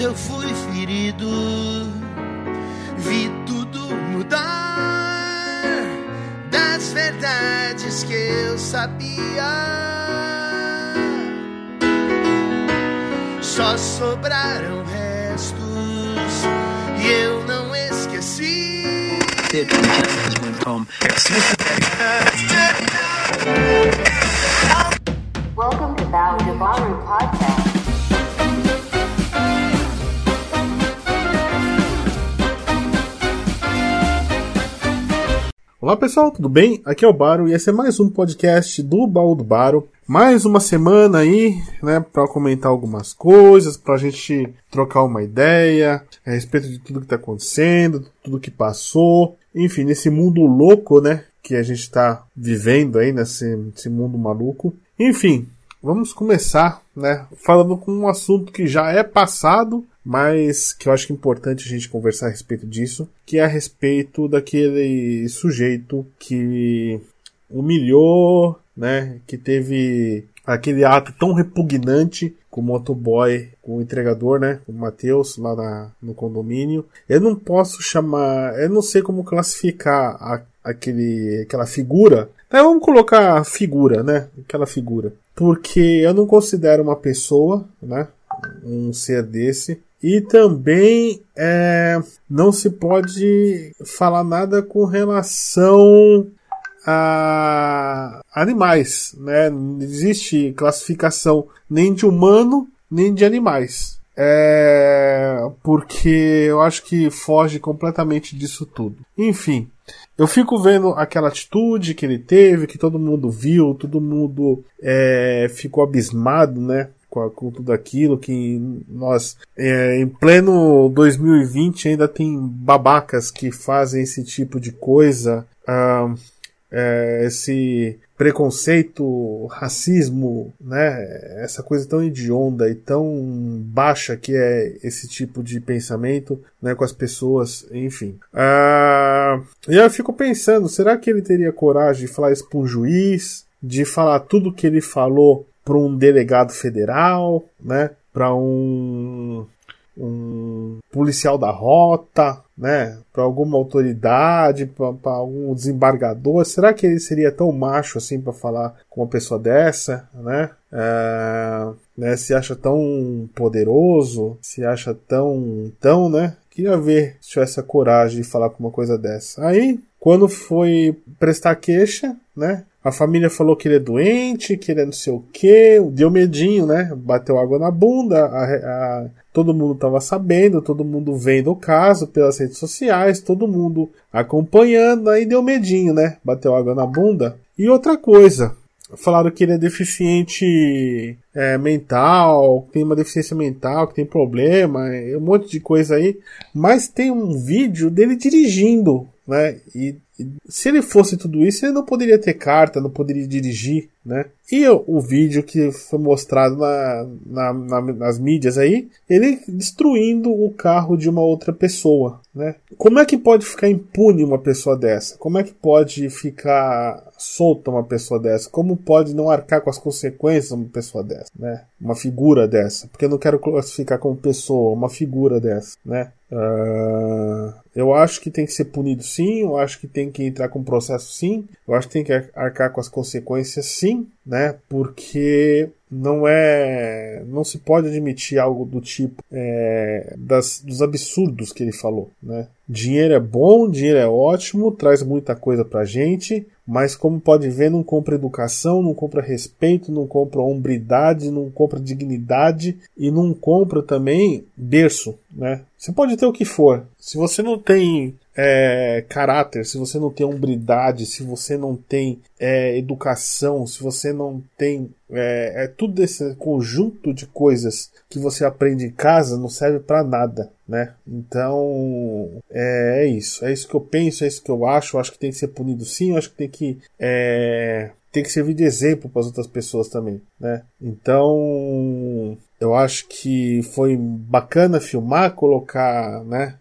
eu fui ferido, vi tudo mudar das verdades que eu sabia. Só sobraram restos e eu não esqueci. Welcome to the Baru Podcast. Olá pessoal, tudo bem? Aqui é o Baro e esse é mais um podcast do Baú do Baro. Mais uma semana aí, né, para comentar algumas coisas, pra gente trocar uma ideia a respeito de tudo que tá acontecendo, tudo que passou, enfim, nesse mundo louco, né, que a gente tá vivendo aí, nesse mundo maluco. Enfim, vamos começar, né, falando com um assunto que já é passado, mas que eu acho que é importante a gente conversar a respeito disso, que é a respeito daquele sujeito que humilhou, né, que teve aquele ato tão repugnante com o motoboy, com o entregador, né, com o Matheus lá no condomínio. Eu não posso chamar, eu não sei como classificar aquela figura. Então, vamos colocar figura, né, aquela figura, porque eu não considero uma pessoa, né, um ser desse. E também não se pode falar nada com relação a animais, né? Não existe classificação nem de humano, nem de animais. Porque eu acho que foge completamente disso tudo. Enfim, eu fico vendo aquela atitude que ele teve, que todo mundo viu, todo mundo ficou abismado, né? Com tudo aquilo que nós, em pleno 2020, ainda tem babacas que fazem esse tipo de coisa, esse preconceito, racismo, né, essa coisa tão hedionda e tão baixa que é esse tipo de pensamento, né, com as pessoas, enfim. E eu fico pensando, será que ele teria coragem de falar isso para um juiz, de falar tudo que ele falou para um delegado federal, né, para um policial da rota, né, para alguma autoridade, para algum desembargador? Será que ele seria tão macho assim para falar com uma pessoa dessa, né? Se acha tão poderoso, se acha tão, né? Queria ver se tivesse a coragem de falar com uma coisa dessa. Aí, quando foi prestar queixa, né? A família falou que ele é doente, que ele é não sei o quê, deu medinho, né? Bateu água na bunda, todo mundo estava sabendo, todo mundo vendo o caso pelas redes sociais, todo mundo acompanhando, aí deu medinho, né? Bateu água na bunda. E outra coisa, falaram que ele é deficiente mental, que tem uma deficiência mental, que tem problema, um monte de coisa aí, mas tem um vídeo dele dirigindo, né? E se ele fosse tudo isso, ele não poderia ter carta, não poderia dirigir, né? E o vídeo que foi mostrado nas mídias aí, ele destruindo o carro de uma outra pessoa, né? Como é que pode ficar impune uma pessoa dessa? Como é que pode ficar solta uma pessoa dessa? Como pode não arcar com as consequências uma pessoa dessa, né? Uma figura dessa, porque eu não quero classificar como pessoa, uma figura dessa, né? Eu acho que tem que ser punido sim, eu acho que tem que entrar com processo sim, eu acho que tem que arcar com as consequências sim, né? Porque não se pode admitir algo do tipo dos absurdos que ele falou, né? Dinheiro é bom, dinheiro é ótimo, traz muita coisa pra gente, mas como pode ver, não compra educação, não compra respeito, não compra hombridade, não compra dignidade e não compra também berço, né? Você pode ter o que for, se você não tem caráter, se você não tem hombridade, se você não tem educação, se você não tem tudo esse conjunto de coisas que você aprende em casa, não serve pra nada, né? Então é isso que eu penso, é isso que eu acho que tem que ser punido sim, eu acho que tem que servir de exemplo para as outras pessoas também, né? Então eu acho que foi bacana filmar, colocar, né,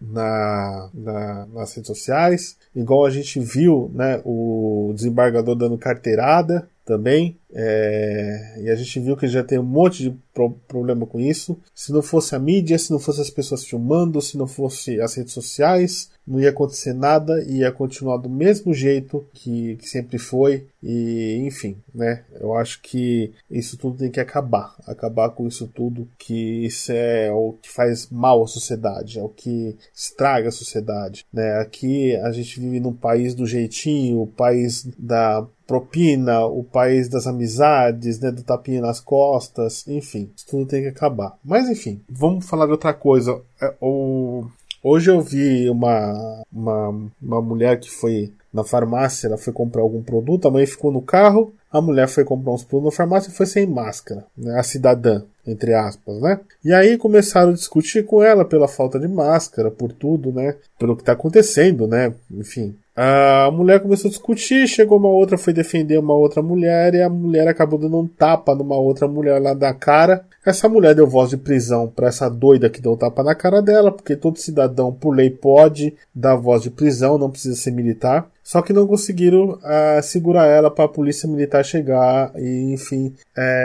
nas redes sociais, igual a gente viu, né, o desembargador dando carteirada também, E a gente viu que já tem um monte de problema com isso. Se não fosse a mídia, se não fosse as pessoas filmando, se não fosse as redes sociais, não ia acontecer nada, ia continuar do mesmo jeito que sempre foi. E enfim, né? Eu acho que isso tudo tem que acabar com isso tudo, que isso é o que faz mal à sociedade, é o que estraga a sociedade, né? Aqui a gente vive num país do jeitinho, o país da propina, o país das amizades, né, do tapinha nas costas, enfim, isso tudo tem que acabar. Mas enfim, vamos falar de outra coisa. Hoje eu vi uma mulher que foi na farmácia, ela foi comprar algum produto, a mãe ficou no carro, a mulher foi comprar uns produtos na farmácia e foi sem máscara, né, a cidadã, entre aspas, né? E aí começaram a discutir com ela pela falta de máscara, por tudo, né? Pelo que está acontecendo, né? Enfim. A mulher começou a discutir, chegou uma outra, foi defender uma outra mulher, e a mulher acabou dando um tapa numa outra mulher lá da cara. Essa mulher deu voz de prisão pra essa doida que deu um tapa na cara dela, porque todo cidadão, por lei, pode dar voz de prisão, não precisa ser militar. Só que não conseguiram segurar ela para a polícia militar chegar e, enfim,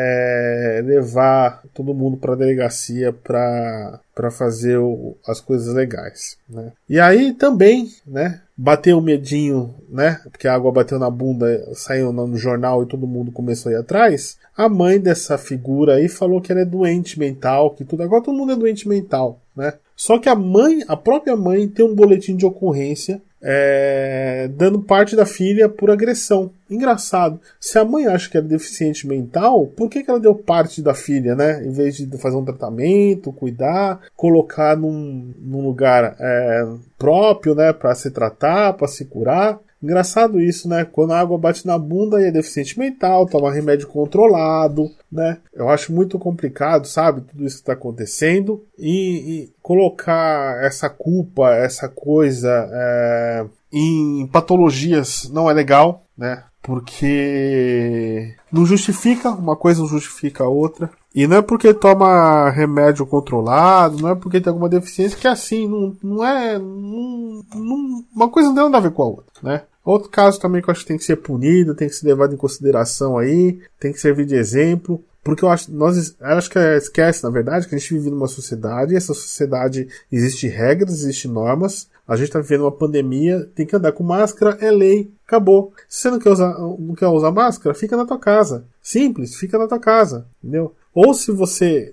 levar todo mundo para a delegacia para fazer as coisas legais, né? E aí também, né, bateu o medinho, né, porque a água bateu na bunda, saiu no jornal e todo mundo começou a ir atrás. A mãe dessa figura aí falou que ela é doente mental, que tudo. Agora todo mundo é doente mental, né? Só que a própria mãe tem um boletim de ocorrência dando parte da filha por agressão. Engraçado. Se a mãe acha que ela é deficiente mental, por que ela deu parte da filha, né? Em vez de fazer um tratamento, cuidar, colocar num lugar próprio, né? Para se tratar, para se curar. Engraçado isso, né? Quando a água bate na bunda e é deficiente mental, toma remédio controlado, né? Eu acho muito complicado, sabe? Tudo isso que está acontecendo. E colocar essa culpa, essa coisa em patologias não é legal, né? Porque não justifica, uma coisa não justifica a outra. E não é porque toma remédio controlado, não é porque tem alguma deficiência que é assim, uma coisa não tem nada a ver com a outra, né? Outro caso também que eu acho que tem que ser punido, tem que ser levado em consideração aí, tem que servir de exemplo. Porque eu acho que esquece, na verdade, que a gente vive numa sociedade, e essa sociedade existe regras, existe normas. A gente está vivendo uma pandemia, tem que andar com máscara, é lei, acabou. Se você não quer usar máscara, fica na tua casa. Simples, fica na tua casa, entendeu? Ou se você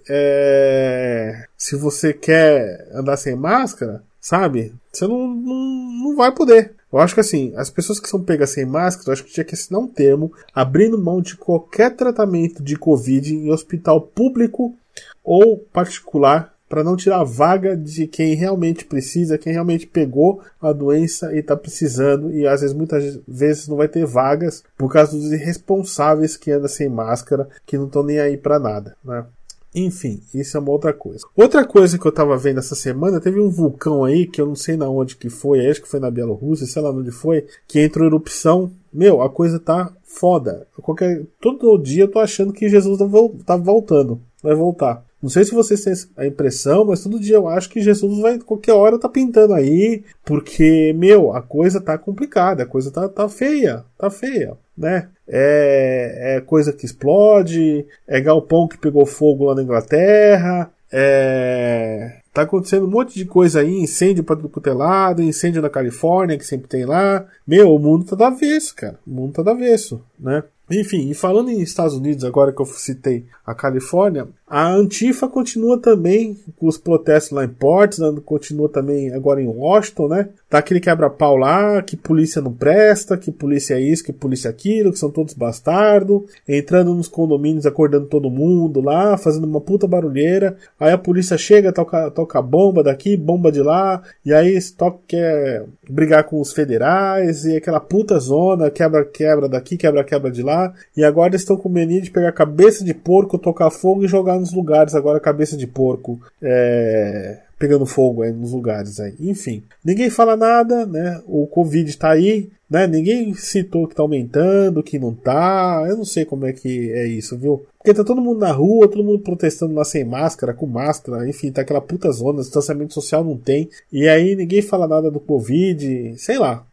quer andar sem máscara, sabe? Você não vai poder. Eu acho que assim, as pessoas que são pegas sem máscara, eu acho que tinha que assinar um termo abrindo mão de qualquer tratamento de Covid em hospital público ou particular para não tirar a vaga de quem realmente precisa, quem realmente pegou a doença e está precisando, e às vezes, muitas vezes não vai ter vagas por causa dos irresponsáveis que andam sem máscara, que não estão nem aí para nada, né? Enfim, isso é uma outra coisa. Outra coisa que eu tava vendo essa semana, teve um vulcão aí, que eu não sei na onde que foi, acho que foi na Bielorrússia, sei lá onde foi, que entrou em erupção. Meu, a coisa tá foda. Todo dia eu tô achando que Jesus tá voltando, vai voltar. Não sei se vocês têm a impressão, mas todo dia eu acho que Jesus vai, qualquer hora, tá pintando aí, porque, meu, a coisa tá complicada, a coisa tá feia, né? É coisa que explode, é galpão que pegou fogo lá na Inglaterra, tá acontecendo um monte de coisa aí, incêndio pra tudo quanto é lado, incêndio na Califórnia, que sempre tem lá. Meu, o mundo tá do avesso, cara. O mundo tá do avesso, né? Enfim, e falando em Estados Unidos, agora que eu citei a Califórnia, a Antifa continua também com os protestos lá em Portland, continua também agora em Washington, né? Tá aquele quebra-pau lá, que polícia não presta, que polícia é isso, que polícia é aquilo, que são todos bastardos, entrando nos condomínios, acordando todo mundo lá, fazendo uma puta barulheira. Aí a polícia chega, toca bomba daqui, bomba de lá, e aí quer brigar com os federais, e aquela puta zona, quebra daqui, quebra de lá. E agora eles estão com mania de pegar cabeça de porco, tocar fogo e jogar nos lugares. Agora cabeça de porco pegando fogo aí nos lugares aí. Enfim, ninguém fala nada, né? O Covid tá aí, né? Ninguém citou que tá aumentando, que não tá. Eu não sei como é que é isso, viu? Porque tá todo mundo na rua, todo mundo protestando lá sem máscara, com máscara, enfim, tá aquela puta zona, distanciamento social não tem. E aí ninguém fala nada do Covid, sei lá.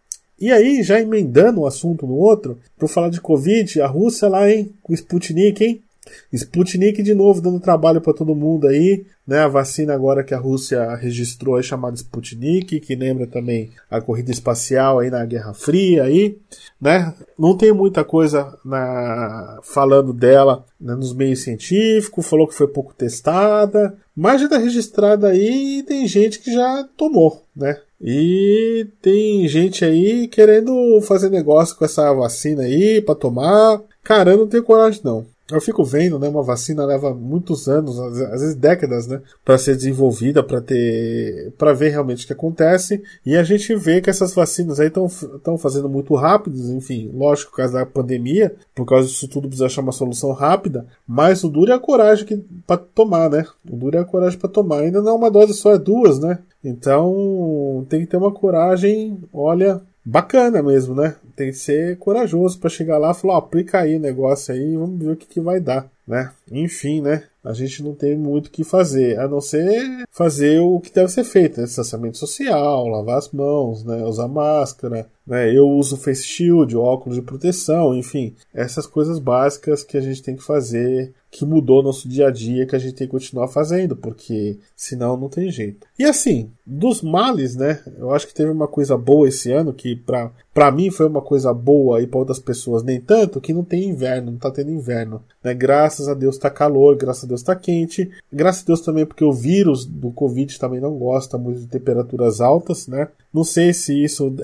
E aí, já emendando um assunto no outro, para falar de Covid, a Rússia lá, hein? Com o Sputnik, hein? Sputnik de novo dando trabalho para todo mundo aí, né? A vacina agora que a Rússia registrou é chamada Sputnik, que lembra também a corrida espacial aí na Guerra Fria aí, né? Não tem muita coisa falando dela, né, nos meios científicos, falou que foi pouco testada, mas já está registrada aí e tem gente que já tomou, né? E tem gente aí querendo fazer negócio com essa vacina aí para tomar. Cara, eu não tenho coragem não. Eu fico vendo, né, uma vacina leva muitos anos, às vezes décadas, né, para ser desenvolvida, para ver realmente o que acontece, e a gente vê que essas vacinas aí estão fazendo muito rápidos, enfim, lógico, por causa da pandemia, por causa disso tudo precisa achar uma solução rápida, mas o duro é a coragem para tomar, né, o duro é a coragem para tomar, ainda não é uma dose só, é duas, né, então tem que ter uma coragem, olha, bacana mesmo, né? Tem que ser corajoso para chegar lá e falar, aplica aí o negócio aí, vamos ver o que vai dar, né? Enfim, né? A gente não tem muito o que fazer, a não ser fazer o que deve ser feito, né? Distanciamento social, lavar as mãos, né? Usar máscara, né? Eu uso face shield, óculos de proteção, enfim, essas coisas básicas que a gente tem que fazer, que mudou nosso dia a dia, que a gente tem que continuar fazendo, porque senão não tem jeito. E assim, dos males, né? Eu acho que teve uma coisa boa esse ano, que pra mim foi uma coisa boa e pra outras pessoas nem tanto, que não tem inverno, não tá tendo inverno, né? Graças a Deus tá calor, graças a Deus tá quente, graças a Deus também porque o vírus do Covid também não gosta muito de temperaturas altas, né? Não sei se isso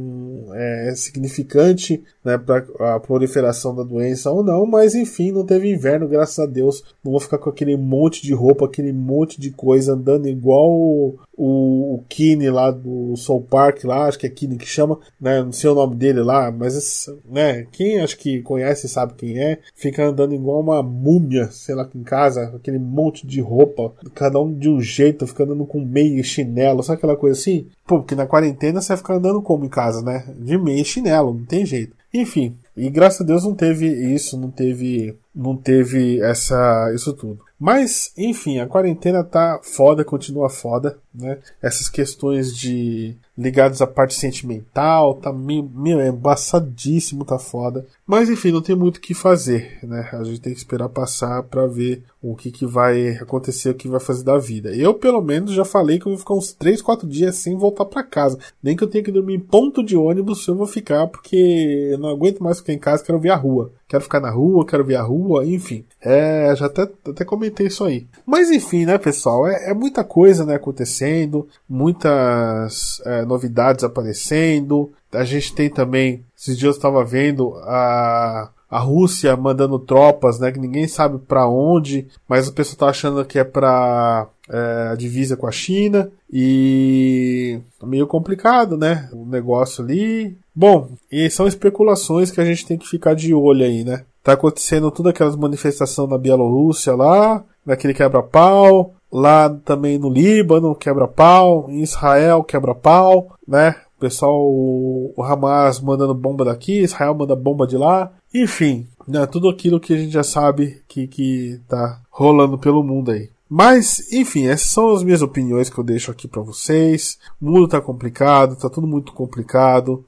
é significante, né, para a proliferação da doença ou não, mas enfim, não teve inverno, graças a Deus. Não vou ficar com aquele monte de roupa, aquele monte de coisa andando igual o Kenny lá do South Park, lá, acho que é Kenny que chama, né, não sei o nome dele lá, mas né, quem acho que conhece sabe quem é, fica andando igual uma múmia, sei lá, em casa, aquele monte de roupa, cada um de um jeito, fica andando com meia e chinelo, sabe aquela coisa assim? Pô, porque na quarentena você vai ficar andando como em casa, né? De meia e chinelo, não tem jeito. Enfim, e graças a Deus não teve isso, não teve isso tudo. Mas, enfim, a quarentena tá foda, continua foda, né? Essas questões ligadas à parte sentimental, tá meio embaçadíssimo, tá foda. Mas, enfim, não tem muito o que fazer, né? A gente tem que esperar passar pra ver o que vai acontecer, o que vai fazer da vida. Eu, pelo menos, já falei que eu vou ficar uns 3, 4 dias sem voltar pra casa. Nem que eu tenha que dormir em ponto de ônibus, eu vou ficar, porque eu não aguento mais ficar em casa, quero ver a rua. Quero ficar na rua, quero ver a rua, enfim. Já até comentei isso aí. Mas enfim, né, pessoal? É muita coisa, né, acontecendo, muitas novidades aparecendo. A gente tem também, esses dias eu estava vendo a Rússia mandando tropas, né, que ninguém sabe pra onde, mas o pessoal tá achando que é pra a divisa com a China, e meio complicado, né, o negócio ali. Bom, e são especulações que a gente tem que ficar de olho aí, né. Tá acontecendo todas aquelas manifestações na Bielorrússia lá, naquele quebra-pau, lá também no Líbano, quebra-pau, em Israel, quebra-pau, né. Pessoal, o Hamas mandando bomba daqui, Israel manda bomba de lá, enfim, né, tudo aquilo que a gente já sabe que tá rolando pelo mundo aí. Mas, enfim, essas são as minhas opiniões que eu deixo aqui pra vocês. O mundo tá complicado, tá tudo muito complicado.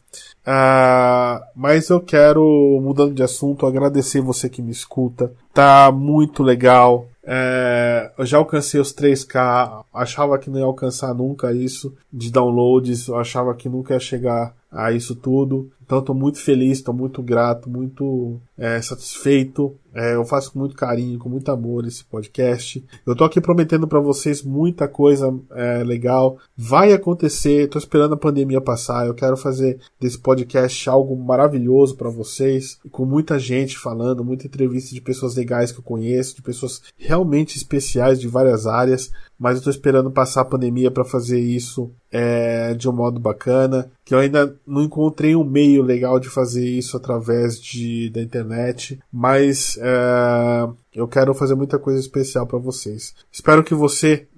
Mas eu quero, mudando de assunto, agradecer você que me escuta. Tá muito legal. Eu já alcancei os 3K, achava que não ia alcançar nunca isso de downloads, eu achava que nunca ia chegar a isso tudo. Então estou muito feliz, estou muito grato, muito satisfeito. Eu faço com muito carinho, com muito amor esse podcast. Eu estou aqui prometendo para vocês muita coisa legal. Vai acontecer, estou esperando a pandemia passar. Eu quero fazer desse podcast algo maravilhoso para vocês, com muita gente falando, muita entrevista de pessoas legais que eu conheço, de pessoas realmente especiais de várias áreas. Mas eu estou esperando passar a pandemia para fazer isso de um modo bacana, que eu ainda não encontrei um meio legal de fazer isso através da internet, mas eu quero fazer muita coisa especial para vocês. Espero que você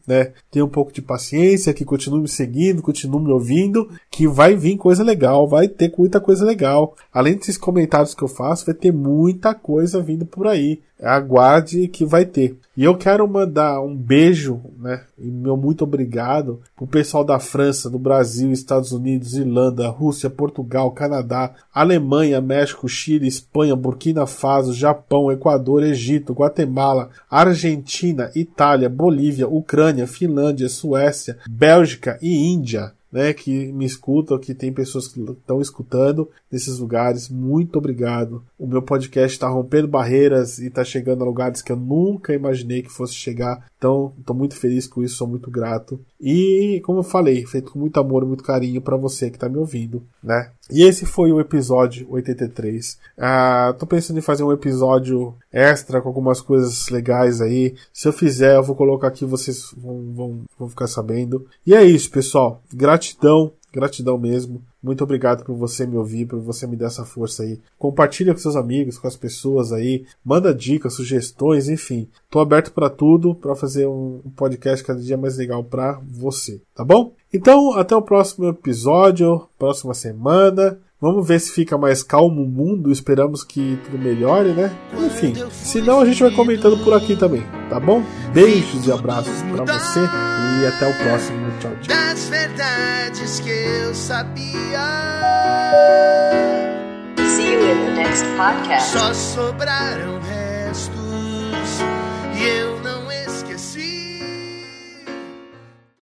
né? Tenha um pouco de paciência, que continue me seguindo, continue me ouvindo, que vai vir coisa legal, vai ter muita coisa legal. Além desses comentários que eu faço, vai ter muita coisa vindo por aí. Aguarde que vai ter. E eu quero mandar um beijo, né? E meu muito obrigado pro pessoal da França, do Brasil, Estados Unidos, Irlanda, Rússia, Portugal, Canadá, Alemanha, México, Chile, Espanha, Burkina Faso, Japão, Equador, Egito, Guatemala, Argentina, Itália, Bolívia, Ucrânia, Finlândia, Suécia, Bélgica e Índia, né, que me escutam, que tem pessoas que estão escutando nesses lugares. Muito obrigado. O meu podcast está rompendo barreiras e está chegando a lugares que eu nunca imaginei que fosse chegar. Então, estou muito feliz com isso, sou muito grato. E, como eu falei, feito com muito amor e muito carinho para você que está me ouvindo, né? E esse foi o episódio 83. Tô pensando em fazer um episódio extra com algumas coisas legais aí. Se eu fizer, eu vou colocar aqui, vocês vão ficar sabendo. E é isso, pessoal. Gratidão mesmo. Muito obrigado por você me ouvir, por você me dar essa força aí. Compartilha com seus amigos, com as pessoas aí. Manda dicas, sugestões, enfim. Tô aberto para tudo, para fazer um podcast cada dia mais legal para você, tá bom? Então, até o próximo episódio, próxima semana. Vamos ver se fica mais calmo o mundo. Esperamos que tudo melhore, né? Enfim, se não, a gente vai comentando por aqui também, tá bom? Beijos e abraços pra você e até o próximo. Tchau, tchau. Das verdades que eu sabia, See you in the next podcast. só sobraram